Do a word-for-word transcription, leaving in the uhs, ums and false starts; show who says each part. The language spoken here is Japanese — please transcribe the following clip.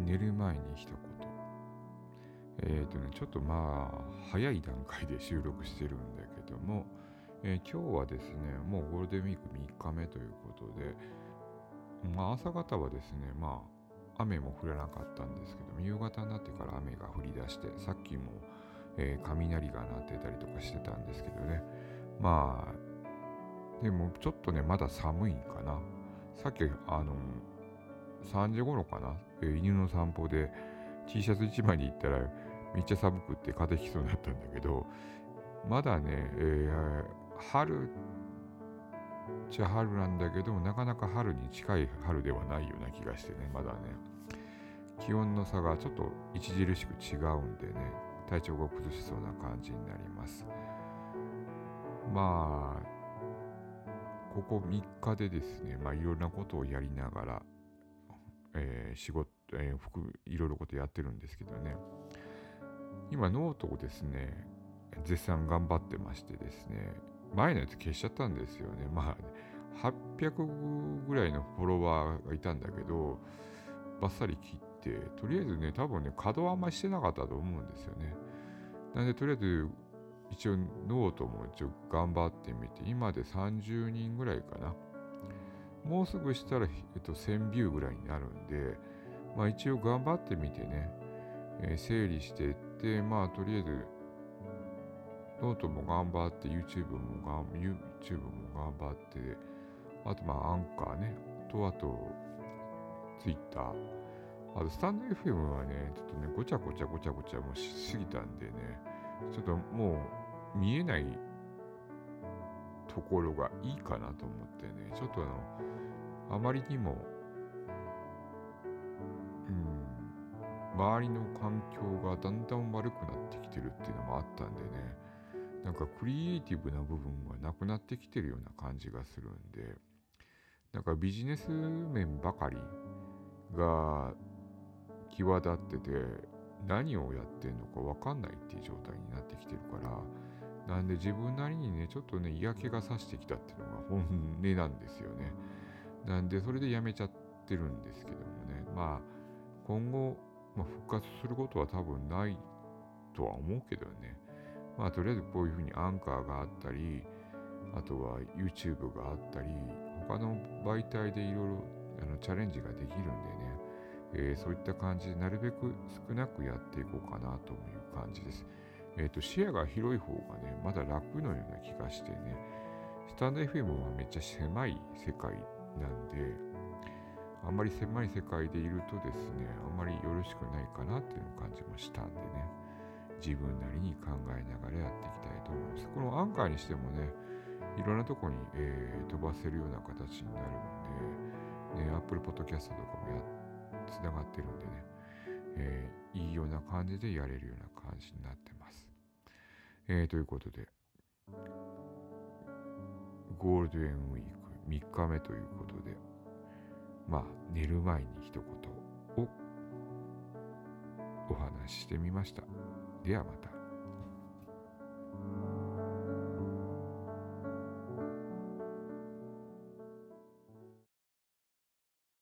Speaker 1: 寝る前に一言。えっ、ー、とね、ちょっとまあ、早い段階で収録してるんだけども、えー、今日はですね、もうゴールデンウィークみっかめということで、まあ朝方はですね、まあ、雨も降らなかったんですけども、夕方になってから雨が降り出して、さっきも、えー、雷が鳴ってたりとかしてたんですけどね、まあ、でもちょっとね、まだ寒いんかな。さっき、あの、さんじ頃かな、えー、犬の散歩で T シャツいちまいに行ったらめっちゃ寒くって風邪ひきそうになったんだけど、まだね、えー、春っちゃ春なんだけど、なかなか春に近い春ではないような気がしてね、まだね、気温の差がちょっと著しく違うんでね、体調が崩しそうな感じになります。まあ、ここみっかでですね、まあいろんなことをやりながら、えー、仕事、えー、服、いろいろことやってるんですけどね。今ノートをですね、絶賛頑張ってましてですね、前のやつ消しちゃったんですよね。まあ、はっぴゃくぐらいのフォロワーがいたんだけど、バッサリ切って、とりあえずね、多分ね、稼働あんまりしてなかったと思うんですよね。なんで、とりあえず、一応ノートも一応頑張ってみて、今でさんじゅうにんぐらいかな。もうすぐしたら、えっと、せんビューぐらいになるんで、まあ一応頑張ってみてね、えー、整理していって、まあとりあえず、ノートも頑張って、YouTube もがん、YouTube も頑張って、あとまあアンカーね、とあと、Twitter、あとスタンド エフエム はね、ちょっとね、ごちゃごちゃごちゃごちゃもうしすぎたんでね、ちょっともう見えないところがいいかなと思ってね、ちょっとあの、あまりにも、うん、周りの環境がだんだん悪くなってきてるっていうのもあったんでね、なんかクリエイティブな部分がなくなってきてるような感じがするんで、なんかビジネス面ばかりが際立ってて、何をやってんのかわかんないっていう状態になってきてるから、なんで自分なりにね、ちょっとね、嫌気がさしてきたっていうのが本音なんですよね。なんで、それでやめちゃってるんですけどもね。まあ、今後、まあ、復活することは多分ないとは思うけどね。まあ、とりあえずこういうふうにアンカーがあったり、あとは YouTube があったり、他の媒体でいろいろあのチャレンジができるんでね、えー、そういった感じでなるべく少なくやっていこうかなという感じです。えっと、視野が広い方がね、まだ楽のような気がしてね、スタンド エフエム はめっちゃ狭い世界なんで、あんまり狭い世界でいるとですね、あんまりよろしくないかなっていう感じもしたんでね、自分なりに考えながらやっていきたいと思います。このアンカーにしてもね、いろんなとこに、えー、飛ばせるような形になるんで、ね、Apple Podcast とかもやつながってるんでね、えー、いいような感じでやれるような感じになってます。えー、ということで、ゴールデンウィークみっかめということで、まあ、寝る前に一言をお話ししてみました。ではまた。